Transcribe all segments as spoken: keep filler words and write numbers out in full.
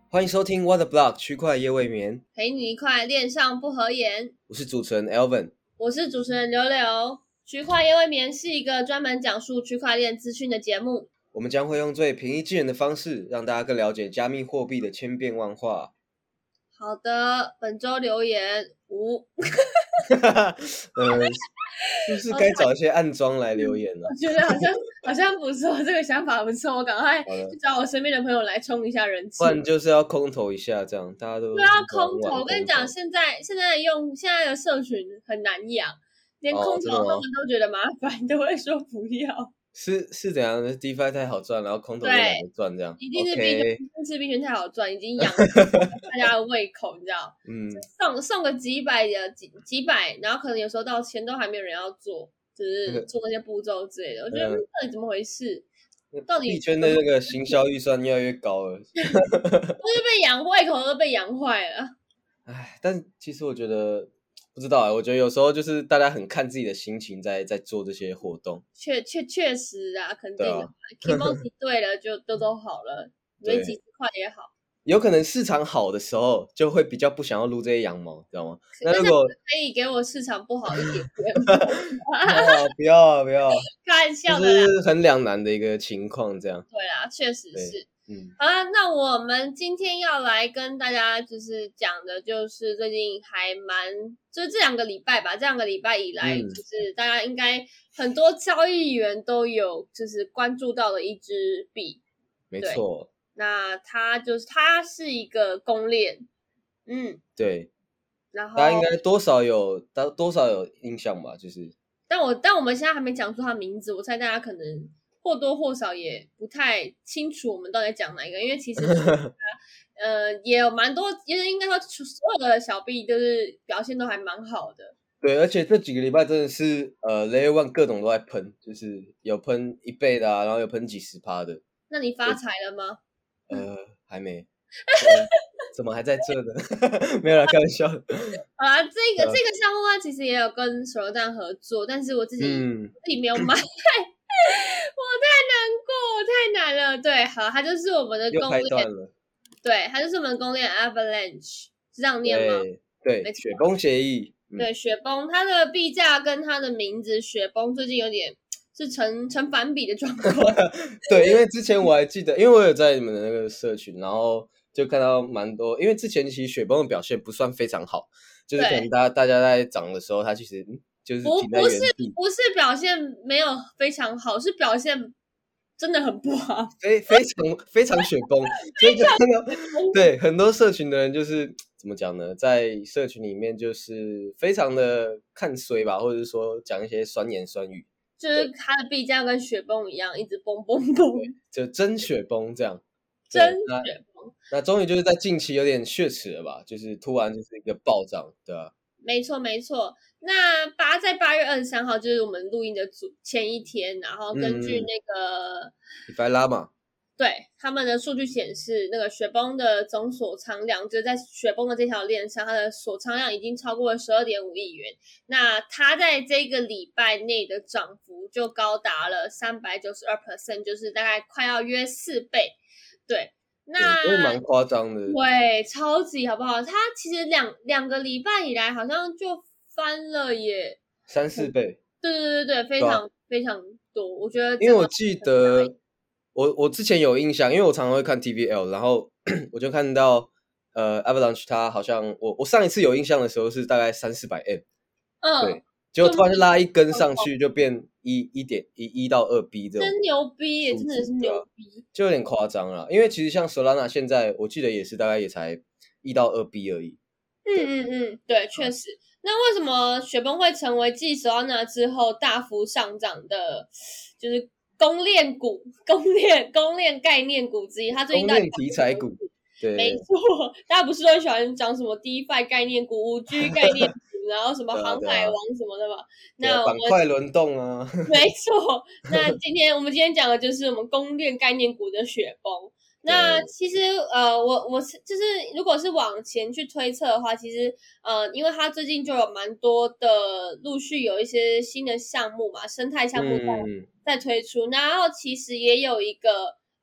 欢迎收听 What the Block 区块夜未眠， 陪你一块恋上不合言。 我是主持人 Alvin， 我是主持人刘刘。区块夜未眠是一个专门讲述区块链资讯的节目， 我们将会用最平易近人的方式，让大家更了解加密货币的千变万化。 好的，本周留言无。 呃，是不是该找一些暗装来留言了、 我觉得好像好像不错，这个想法不错，我赶快去找我身边的朋友来冲一下人气。 不然就是要空投一下，这样大家都不要空投。我跟你讲，现在现在用现在的社群很难养，连空投他们都觉得麻烦，都会说不要。 是是怎样的 ？DeFi 太好赚，然后空投就懒得赚，这样一定是币圈，一定是币圈太好赚，已经养了大家的胃口，你知道？嗯，送送个几百的几几百，然后可能有时候到钱都还没有人要做，就是做那些步骤之类的。我觉得到底怎么回事？到底币圈的那个行销预算越来越高了， 都是被养胃口都被养坏了。 哎，但其实我觉得。不知道哎，我觉得有时候就是大家很看自己的心情在在做这些活动。 确确确实啊，肯定的。Kimoji 对了就都都好了，没几十块也好。 有可能市场好的时候，就会比较不想要撸这些羊毛，知道吗？那如果可以给我市场不好一点点， 不要啊不要， 开玩笑的啦， 就是很两难的一个情况，这样。 对啦，确实是。 嗯， 好啦，那我们今天要来跟大家就是讲的，就是最近还蛮，就是这两个礼拜吧，这两个礼拜以来，嗯、就是大家应该很多交易员都有就是关注到的一支币， 没错。 那它就是它是一个公链，嗯， 对。 然后大家应该多少有多多少有印象吧，就是。 但我但我们现在还没讲出它名字，我猜大家可能。或多或少也不太清楚我们到底讲哪一个，因为其实呃也有蛮多，其实应该说所有的小币就是表现都还蛮好的。 对，而且这几个礼拜真的是呃 Layer One 各种都在喷，就是有喷一倍的啊，然后有喷几十趴的。 那你发财了吗？ 呃，还没。呃、怎么还在这呢？没有啦，开玩笑。好啦，这个、呃、这个项目啊，其实也有跟手榴弹合作，但是我自己、嗯、自己没有买。我太难过，我太难了。对，好，它就是我们的公链，对，它就是我们的公链 Avalanche， 是这样念吗？ 对，对，雪崩协议。 嗯、对，雪崩，它的币价跟它的名字雪崩最近有点是成成反比的状况。 对，因为之前我还记得，因为我有在你们的那个社群，然后就看到蛮多，因为之前其实雪崩的表现不算非常好，就是可能大家大家在涨的时候，它其实。就是不不是不是表现没有非常好，是表现真的很不好， 非非常非常雪崩，所以就看到对很多社群的人就是怎么讲呢，在社群里面就是非常的看衰吧，或者是说讲一些酸言酸语， 就是它的币价跟雪崩一样，一直崩崩崩， 就真雪崩这样， 真雪崩。 那终于就是在近期有点血耻了吧，就是突然就是一个暴涨，对吧？ 没错没错，那八在八月二十三号就是我们录音的前一天，然后根据那个 DeFi Llama、嗯、 对他们的数据显示，那个雪崩的总锁仓量，就是在雪崩的这条链上，它的锁仓量已经超过了 十二点五亿元。那它在这个礼拜内的涨幅就高达了 百分之三百九十二， 就是大概快要约四倍。对。那也蛮夸张的， 对，超级好不好？它其实两两个礼拜以来好像就翻了耶， 三四倍。 对对对对，非常、啊、非常多。我觉得， 因为我记得我我之前有印象，因为我常常会看 T V L， 然后我就看到呃 Avalanche 它好像我我上一次有印象的时候是大概三四百 M， 嗯， 对，结果突然拉一根上去就变一一点一一到二 B 这种， 真牛逼耶，真的是牛逼， 就有点夸张了。因为其实像 Solana 现在我记得也是大概也才一到二 B 而已。 嗯嗯嗯，对，确实。那为什么雪崩会成为继 Solana 之后大幅上涨的，就是公链股、公链、公链概念股之一？它最近公链题材股，对， 没错，大家不是都很喜欢讲什么 DeFi 概念股、五 G 概念股，然后什么航海王什么的嘛？那板块轮动啊， 没错。那今天我们今天讲的就是我们公链概念股的雪崩。那其实呃，我我就是如果是往前去推测的话，其实呃，因为它最近就有蛮多的陆续有一些新的项目嘛，生态项目在、嗯、在推出，然后其实也有一个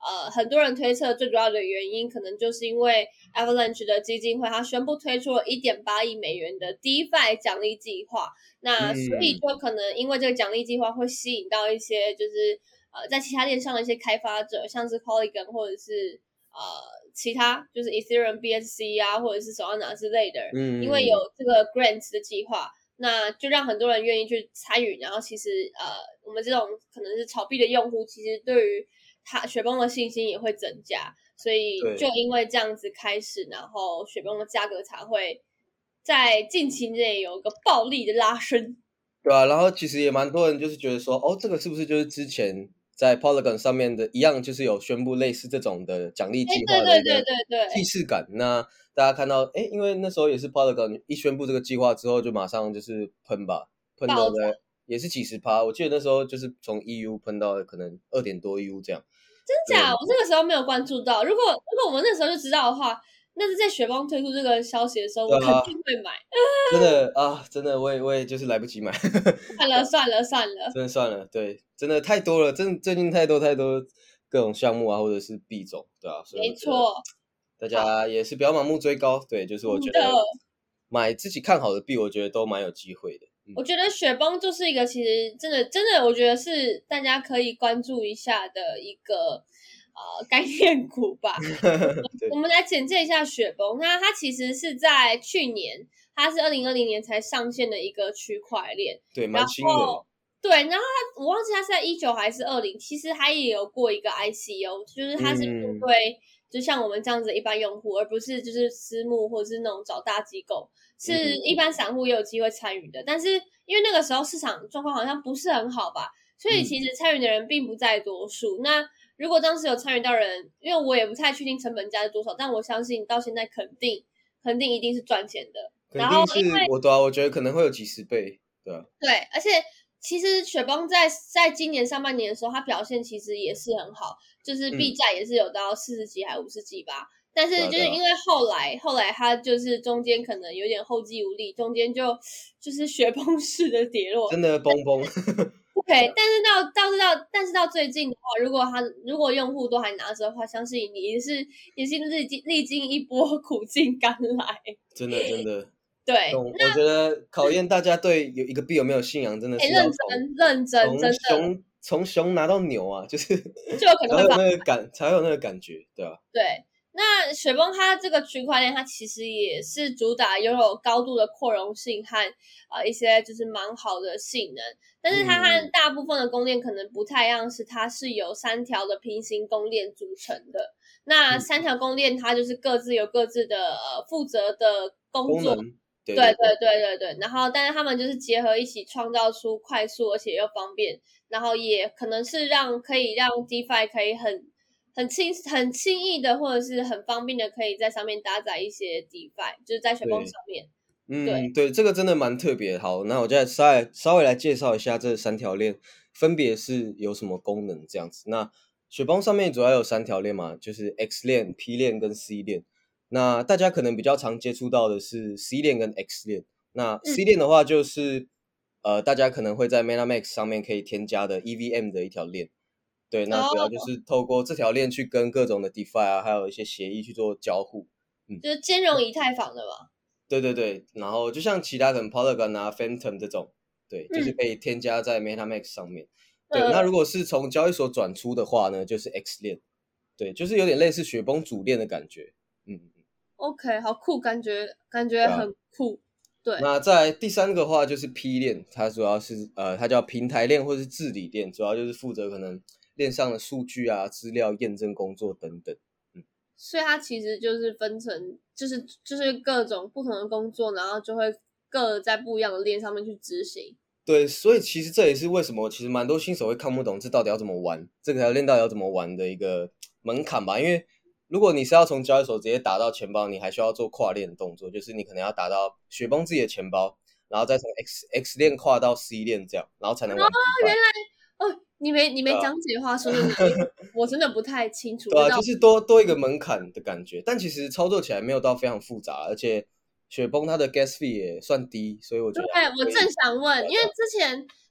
呃，很多人推测最主要的原因，可能就是因为 Avalanche 的基金会，它宣布推出了 一点八亿美元的 DeFi 奖励计划，那所以就可能因为这个奖励计划会吸引到一些就是呃在其他链上的一些开发者，像是 Polygon 或者是呃其他就是 Ethereum B S C 啊，或者是 Solana 之类的， 嗯， 因为有这个 grants 的计划。那就让很多人愿意去参与，然后其实呃，我们这种可能是炒币的用户，其实对于他雪崩的信心也会增加，所以就因为这样子开始，然后雪崩的价格才会在近期内有一个暴力的拉升。 对啊，然后其实也蛮多人就是觉得说，哦，这个是不是就是之前在 Polygon 上面的一样，就是有宣布类似这种的奖励计划的一个既视感。那大家看到，哎，因为那时候也是 Polygon 一宣布这个计划之后，就马上就是喷吧，喷到的也是几十趴。我记得那时候就是从 E U 喷到可能二点多 E U 这样。 真假？我那个时候没有关注到。如果如果我们那时候就知道的话，那是在雪崩推出这个消息的时候，我肯定会买。 真的啊，真的，我也我也就是来不及买。 算了算了算了， 真的算了，对，真的太多了，真的最近太多太多各种项目啊，或者是币种，对啊，所以没错。 大家也是不要盲目追高，对，就是我觉得买自己看好的币，我觉得都蛮有机会的。 嗯、我觉得雪崩就是一个其实真的真的，我觉得是大家可以关注一下的一个呃概念股吧。我们来简介一下雪崩，那它其实是在去年，它是二零二零年才上线的一个区块链， 对，蛮新的。 对，然后它我忘记它是在一九还是二零，其实它也有过一个 I C O， 就是它是针对、嗯、就像我们这样子的一般用户，而不是就是私募或者是那种找大机构，是一般散户也有机会参与的。但是因为那个时候市场状况好像不是很好吧，所以其实参与的人并不在多数。嗯、那如果当时有参与到人，因为我也不太确定成本价是多少，但我相信到现在肯定肯定一定是赚钱的。 肯定是我对啊，我觉得可能会有几十倍，对啊。 对，而且其实雪崩在在今年上半年的时候，它表现其实也是很好，就是币价也是有到四十几还五十几吧。但是就是因为后来、啊啊、后来它就是中间可能有点后继无力，中间就就是雪崩式的跌落， 真的崩崩。 对，但是到到是到但是到最近的话，如果他如果用户都还拿着的话，相信你也是也是历经历经一波苦尽甘来。 真的真的。 对， 我觉得考验大家对有一个币有没有信仰，真的是要认真认真，真的从从熊拿到牛啊，就是就有可能会才有那个感，才有那个感觉，对吧、啊？ 对。那雪崩它这个区块链，它其实也是主打拥有高度的扩容性和呃一些就是蛮好的性能，但是它和大部分的公链可能不太一样，是它是由三条的平行公链组成的。那三条公链它就是各自有各自的呃负责的工作， 对对对对对对。然后，但是他们就是结合一起，创造出快速而且又方便，然后也可能是让可以让 DeFi 可以很。很轻很轻易的，或者是很方便的，可以在上面搭载一些 DeFi， 就是在雪崩上面。 嗯，对，对，这个真的蛮特别。好，那我就稍微稍微来介绍一下这三条链分别是有什么功能这样子。那雪崩上面主要有三条链嘛，就是 X 链、P 链跟 C 链。那大家可能比较常接触到的是 C 链跟 X 链。那 C 链的话，就是、嗯、呃，大家可能会在 MetaMask 上面可以添加的 E V M 的一条链。对，那主要就是透过这条链去跟各种的 DeFi 啊，还有一些协议去做交互， 嗯，就是兼容以太坊的嘛。 对对对，然后就像其他可能 Polygon 啊、Phantom 这种，对，就是可以添加在 MetaMask 上面。嗯、对，那如果是从交易所转出的话呢，就是 X 链，对，就是有点类似雪崩主链的感觉。嗯 ，OK， 好酷，感觉感觉很酷。对， 那在第三个话就是 P 链，它主要是呃，它叫平台链或是治理链，主要就是负责可能链上的数据啊、资料验证工作等等。嗯， 所以它其实就是分成，就是就是各种不同的工作，然后就会各在不一样的链上面去执行。 对，所以其实这也是为什么其实蛮多新手会看不懂这到底要怎么玩，这条链到底要怎么玩的一个门槛吧。因为如果你是要从交易所直接打到钱包，你还需要做跨链的动作，就是你可能要打到雪崩自己的钱包，然后再从 X X 链跨到 C 链这样，然后才能玩。 哦，原来哦，你没你没讲解话说的，我真的不太清楚。 对啊，就是多多一个门槛的感觉，但其实操作起来没有到非常复杂，而且雪崩它的 gas fee 也算低，所以我觉得。 对，我正想问，因为之前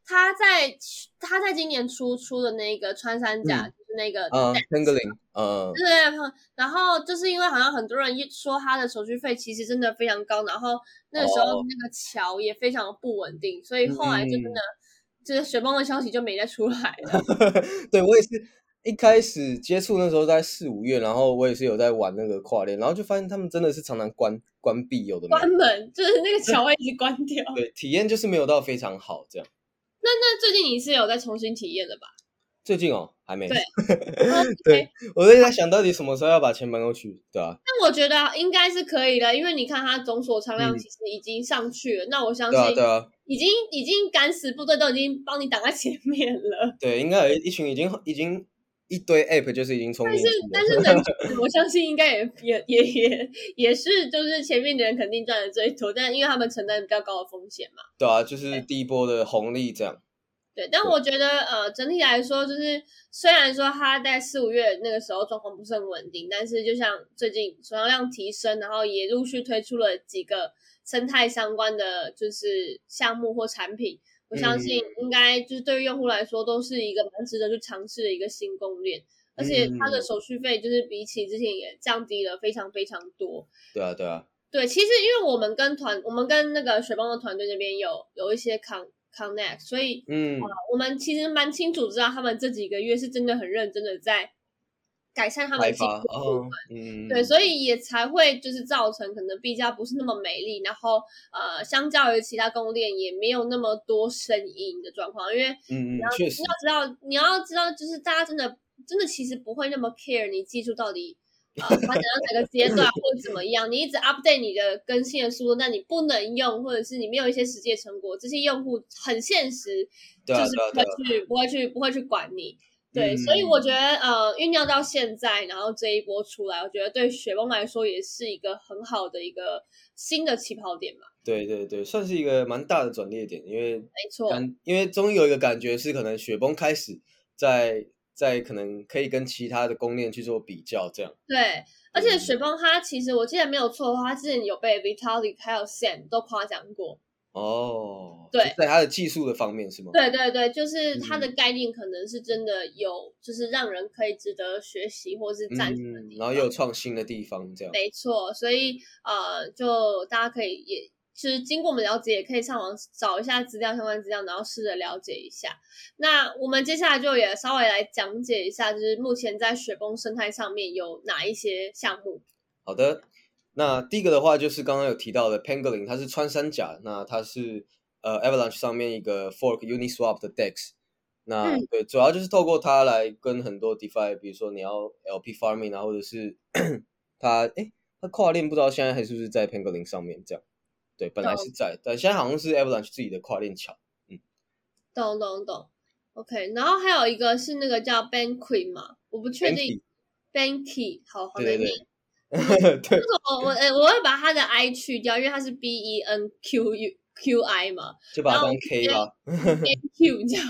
他在他在今年初出的那个穿山甲，嗯、就是那个啊 Pangolin， 嗯， 对，然后就是因为好像很多人说他的手续费其实真的非常高，然后那个时候那个桥也非常不稳定，所以后来就真的、嗯、就是雪崩的消息就没再出来了。 对，我也是一开始接触那时候在四五月，然后我也是有在玩那个跨链，然后就发现他们真的是常常关关闭，有的关门，就是那个桥会一直关掉。 对，体验就是没有到非常好这样。 那那最近你是有在重新体验的吧？ 最近哦，还没。 对， 对，我在想到底什么时候要把钱搬过去，对啊。 但我觉得应该是可以的，因为你看它总锁仓量其实已经上去了，嗯、那我相信， 对啊，对啊， 已经已经敢死部队都已经帮你挡在前面了。 对，应该有一群已经已经一堆 app 就是已经冲进去了。 但是但是能，我相信应该也也也也也是，就是前面的人肯定赚的最多，但因为他们承担比较高的风险嘛。 对啊，就是第一波的红利这样。 对，但我觉得呃，整体来说，就是虽然说他在四五月那个时候状况不是很稳定，但是就像最近手上量提升，然后也陆续推出了几个生态相关的就是项目或产品，我相信应该就是对于用户来说都是一个蛮值得去尝试的一个新公链，而且它的手续费就是比起之前也降低了非常非常多。 对啊，对啊。 对，其实因为我们跟团，我们跟那个雪崩的团队那边有有一些 con connect， 所以嗯、呃，我们其实蛮清楚知道他们这几个月是真的很认真的在改善他们技术的部分，嗯，对，所以也才会就是造成可能币价不是那么美丽，然后呃，相较于其他公链也没有那么多声音的状况，因为嗯嗯， 确实你要知道，你要知道，就是大家真的真的其实不会那么 care 你技术到底。呃，发展到哪个阶段或者怎么样，你一直 update 你的更新的速度，那你不能用，或者是你没有一些实际的成果，这些用户很现实，就是不会去、不会去、不会去管你。对，嗯、所以我觉得呃，酝酿到现在，然后这一波出来，我觉得对雪崩来说也是一个很好的一个新的起跑点嘛。 对对对，算是一个蛮大的转捩点，因为没错， 因为终于有一个感觉是，可能雪崩开始在。在可能可以跟其他的公链去做比较，这样。 对，而且雪崩它其实我记得没有错的话，它之前有被 Vitalik 还有 Sam 都夸奖过。 哦， 对， 在它的技术的方面是吗？ 对对对，就是它的概念可能是真的有，就是让人可以值得学习或是赞赏的地方、 嗯，然后又有创新的地方，这样。 没错，所以呃，就大家可以也。其实经过我们了解，也可以上网找一下资料，相关资料，然后试着了解一下。那我们接下来就也稍微来讲解一下，就是目前在雪崩生态上面有哪一些项目。 好的，那第一个的话就是刚刚有提到的 Pangolin， 它是穿山甲，那它是呃 Avalanche 上面一个 Fork Uniswap 的 Dex。那、嗯、对，主要就是透过它来跟很多 DeFi， 比如说你要 L P farming 啊，或者是它诶它跨链不知道现在还是不是在 Pangolin 上面这样。对，本来是在，但现在好像是 Avalanche 自己的跨链桥。嗯， 懂懂懂 ，OK。然后还有一个是那个叫 Banky 嘛，我不确定。Banky， 好好难念。 对， 我我呃我会把它的 I 去掉，因为它是 B E N Q U Q I 嘛， 就把它当 K 吧。 Banky 叫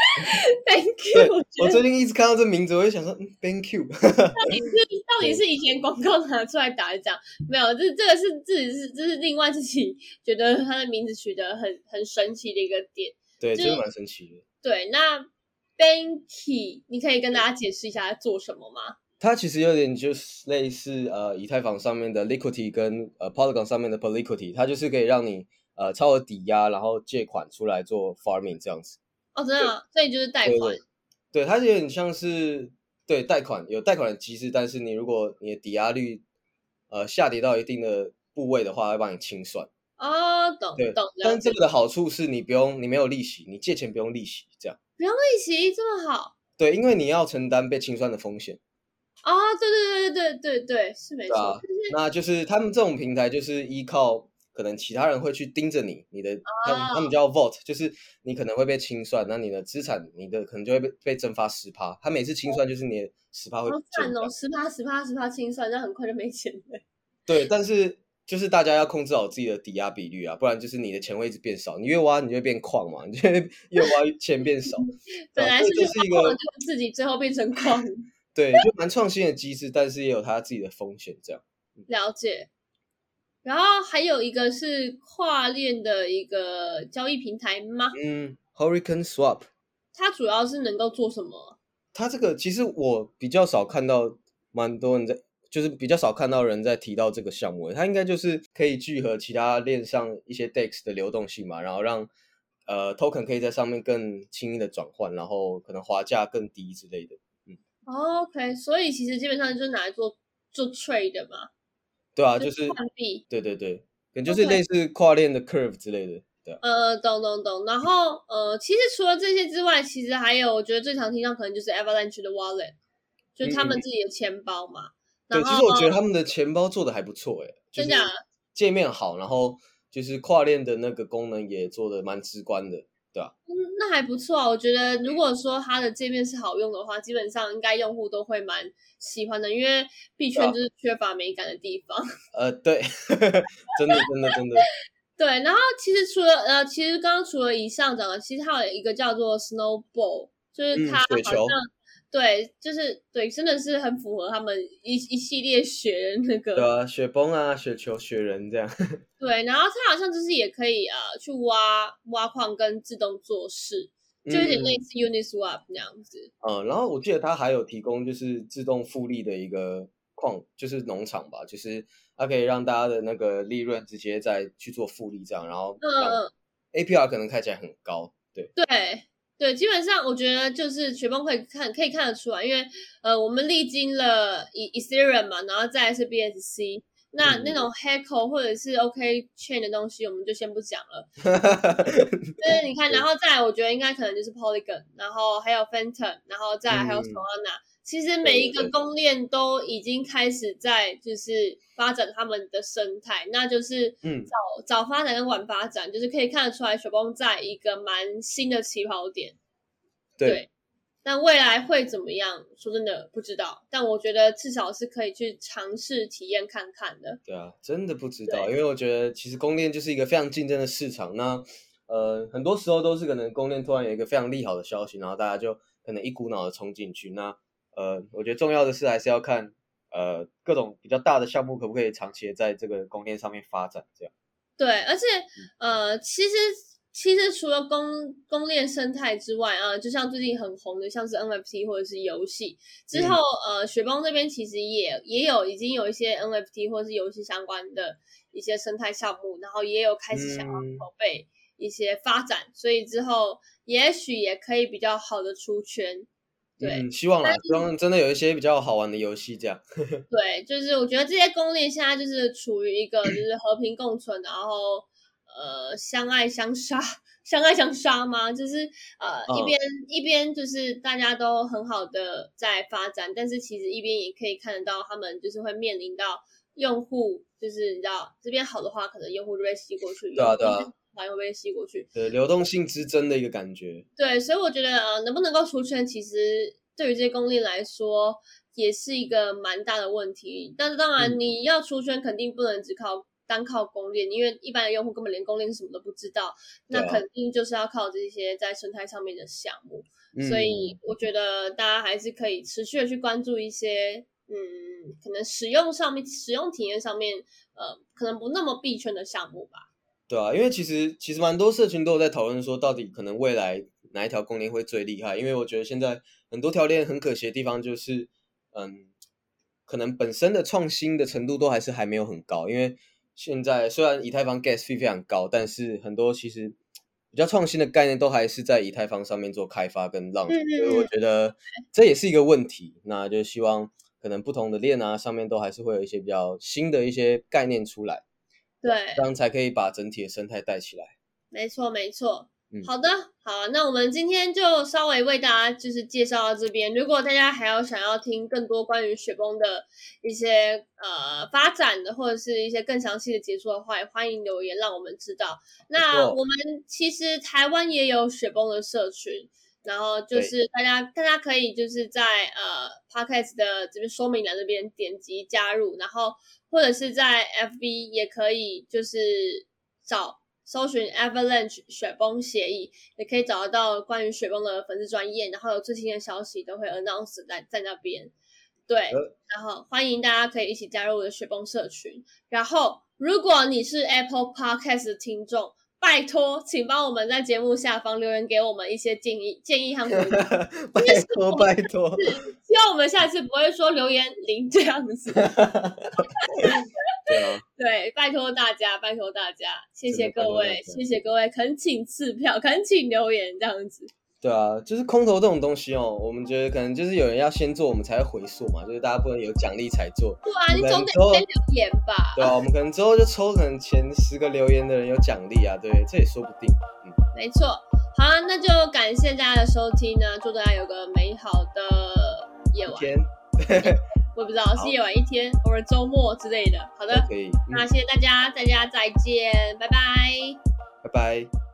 Banky。我最近一直看到这名字，我就想说，嗯 ，Banky。 到底是到底是以前广告拿出来打的这样？没有，这这个是自己是这是另外自己觉得它的名字取得很很神奇的一个点。 对，真的蛮神奇的。 对，那 Banky， 你可以跟大家解释一下它做什么吗？ 它其实有点就是类似呃以太坊上面的 Liquidity 跟呃 Polygon 上面的 Poliquidity， 它就是可以让你呃超额抵押，然后借款出来做 farming 这样子。 哦，真的吗？所以就是贷款。 对，对，它有点像是对贷款有贷款的机制，但是你如果你的抵押率呃下跌到一定的部位的话，会帮你清算。 哦，懂懂。 但这个的好处是你不用你没有利息，你借钱不用利息，这样。 不用利息，这么好？ 对，因为你要承担被清算的风险。 哦，对对对对对对对，是没错。 啊、那就是他们这种平台就是依靠可能其他人会去盯着你，你的、哦、他, 们他们叫 vault， 就是你可能会被清算，那你的资产你的可能就会被被蒸发 百分之十， 他每次清算就是你的 百分之十 会好惨哦 ，百分之十 百分之十 百分之十 清算，那很快就没钱了。 对，但是就是大家要控制好自己的抵押比率啊，不然就是你的钱会一直变少，你越挖你就会变矿嘛，你就会越挖钱变少。 本来是就是一个自己最后变成矿。 对，就蛮创新的机制，但是也有它自己的风险，这样。 了解。然后还有一个是跨链的一个交易平台吗？ 嗯 Hurricane Swap， 它主要是能够做什么？ 它这个其实我比较少看到，蛮多人在，就是比较少看到人在提到这个项目。它应该就是可以聚合其他链上一些 D E X 的流动性嘛，然后让呃 token 可以在上面更轻易的转换，然后可能滑价更低之类的。嗯、 哦、，OK， 所以其实基本上就是拿来做做 trade 的嘛， 对啊， 就就是换币。 对对对，可能就是 OK， 类似跨链的 curve 之类的。对啊， 呃，懂懂懂。然后呃，其实除了这些之外，其实还有我觉得最常听到可能就是 Avalanche 的 wallet，就是他们嗯， 自己的钱包嘛。然对，其后实我觉得他们的钱包做的还不错，诶，就是真假的？ 界面好，然后就是跨链的那个功能也做的蛮直观的，对吧、 嗯，那还不错啊。我觉得如果说它的界面是好用的话，基本上应该用户都会蛮喜欢的，因为币圈就是缺乏美感的地方。 呃，对，真的真的真的， 对，然后其实除了呃，其实刚刚除了以上讲的，其实还有一个叫做 Snowball，就是嗯， 它好像水球， 对，就是对，真的是很符合他们一一系列学的那个对啊，雪崩啊，雪球、雪人这样， 对，然后它好像就是也可以呃去挖挖矿跟自动做事，就有点类嗯似 Uniswap 那样子。 嗯，然后我记得它还有提供就是自动复利的一个矿，就是农场吧，就是它可以让大家的那个利润直接再去做复利这样，然后让嗯嗯， A P R 可能看起来很高，对， 对对，基本上我觉得就是雪崩可以看可以看得出来，因为呃我们历经了 E Ethereum 嘛，然后再来是 B S C。那嗯那种 Heco 或者是 OK Chain 的东西，我们就先不讲了。就是你看，然后再来，我觉得应该可能就是 Polygon，然后还有 Phantom，然后再来还有 Solana。其实每一个公链都已经开始在就是发展他们的生态，那就是嗯早早发展跟晚发展，就是可以看得出来雪崩在一个蛮新的起跑点。 对。 对，但未来会怎么样？说真的不知道，但我觉得至少是可以去尝试体验看看的。 对啊，真的不知道，因为我觉得其实公链就是一个非常竞争的市场。那呃，很多时候都是可能公链突然有一个非常利好的消息，然后大家就可能一股脑的冲进去。那呃，我觉得重要的是还是要看呃各种比较大的项目可不可以长期的在这个公链上面发展，这样。 对，而且呃，其实其实除了公公链生态之外啊，就像最近很红的，像是 N F T 或者是游戏之后，嗯、呃，雪崩这边其实也也有已经有一些 N F T 或者是游戏相关的一些生态项目，然后也有开始想要筹备一些发展，嗯、所以之后也许也可以比较好的出圈。对， 嗯，希望啦，希望真的有一些比较好玩的游戏这样。 对，就是我觉得这些公链现在就是处于一个就是和平共存，然后呃相爱相杀，相爱相杀吗？就是呃、嗯、一边一边就是大家都很好的在发展，但是其实一边也可以看得到他们就是会面临到用户，就是你知道这边好的话，可能用户就被吸过去， 对啊对啊， 又被吸过去， 对，流动性之争的一个感觉。 对，所以我觉得呃能不能够出圈，其实对于这些公链来说也是一个蛮大的问题。但是当然你要出圈，肯定不能只靠单靠公链，因为一般的用户根本连公链是什么都不知道，那肯定就是要靠这些在生态上面的项目。嗯、所以我觉得大家还是可以持续的去关注一些嗯可能使用上面使用体验上面呃可能不那么币圈的项目吧。 对啊，因为其实其实蛮多社群都有在讨论说，到底可能未来哪一条公链会最厉害？因为我觉得现在很多条链很可惜的地方就是，嗯，可能本身的创新的程度都还是还没有很高。因为现在虽然以太坊 gas fee 非常高，但是很多其实比较创新的概念都还是在以太坊上面做开发跟浪， 嗯嗯嗯， 所以我觉得这也是一个问题。那就希望可能不同的链啊上面都还是会有一些比较新的一些概念出来。 对， 这样才可以把整体的生态带起来。 没错，没错。 嗯、 好的，好，那我们今天就稍微为大家就是介绍到这边。如果大家还要想要听更多关于雪崩的一些呃发展的，或者是一些更详细的解说的话，也欢迎留言让我们知道。那我们其实台湾也有雪崩的社群。然后就是大家，大家可以就是在呃 podcast 的这边说明栏这边点击加入，然后或者是在 F B 也可以就是找搜寻 Avalanche 雪崩协议，也可以找得到关于雪崩的粉丝专页，然后有最新的消息都会 announce 在在那边。对，然后欢迎大家可以一起加入我的雪崩社群。然后如果你是 Apple Podcast 的听众， 拜托，请帮我们在节目下方留言给我们一些建议、建议和回馈。 拜托拜托， 希望我们下次不会说留言零这样子。 对啊， 对，拜托大家，拜托大家，谢谢各位， 真的拜托大家谢谢各位，恳请赐票，恳请留言这样子。 对啊，就是空投这种东西哦，我们觉得可能就是有人要先做，我们才会回溯嘛，就是大家不能有奖励才做。 对啊，你总得先留言吧。 对啊，我们可能之后就抽可能前十个留言的人有奖励啊，对，这也说不定。嗯， 没错。好啊，那就感谢大家的收听呢，祝大家有个美好的夜晚。 一天，对， 我也不知道是夜晚一天，或者周末之类的。好的， 可以。 那谢谢大家，大家再见，拜拜， 拜拜。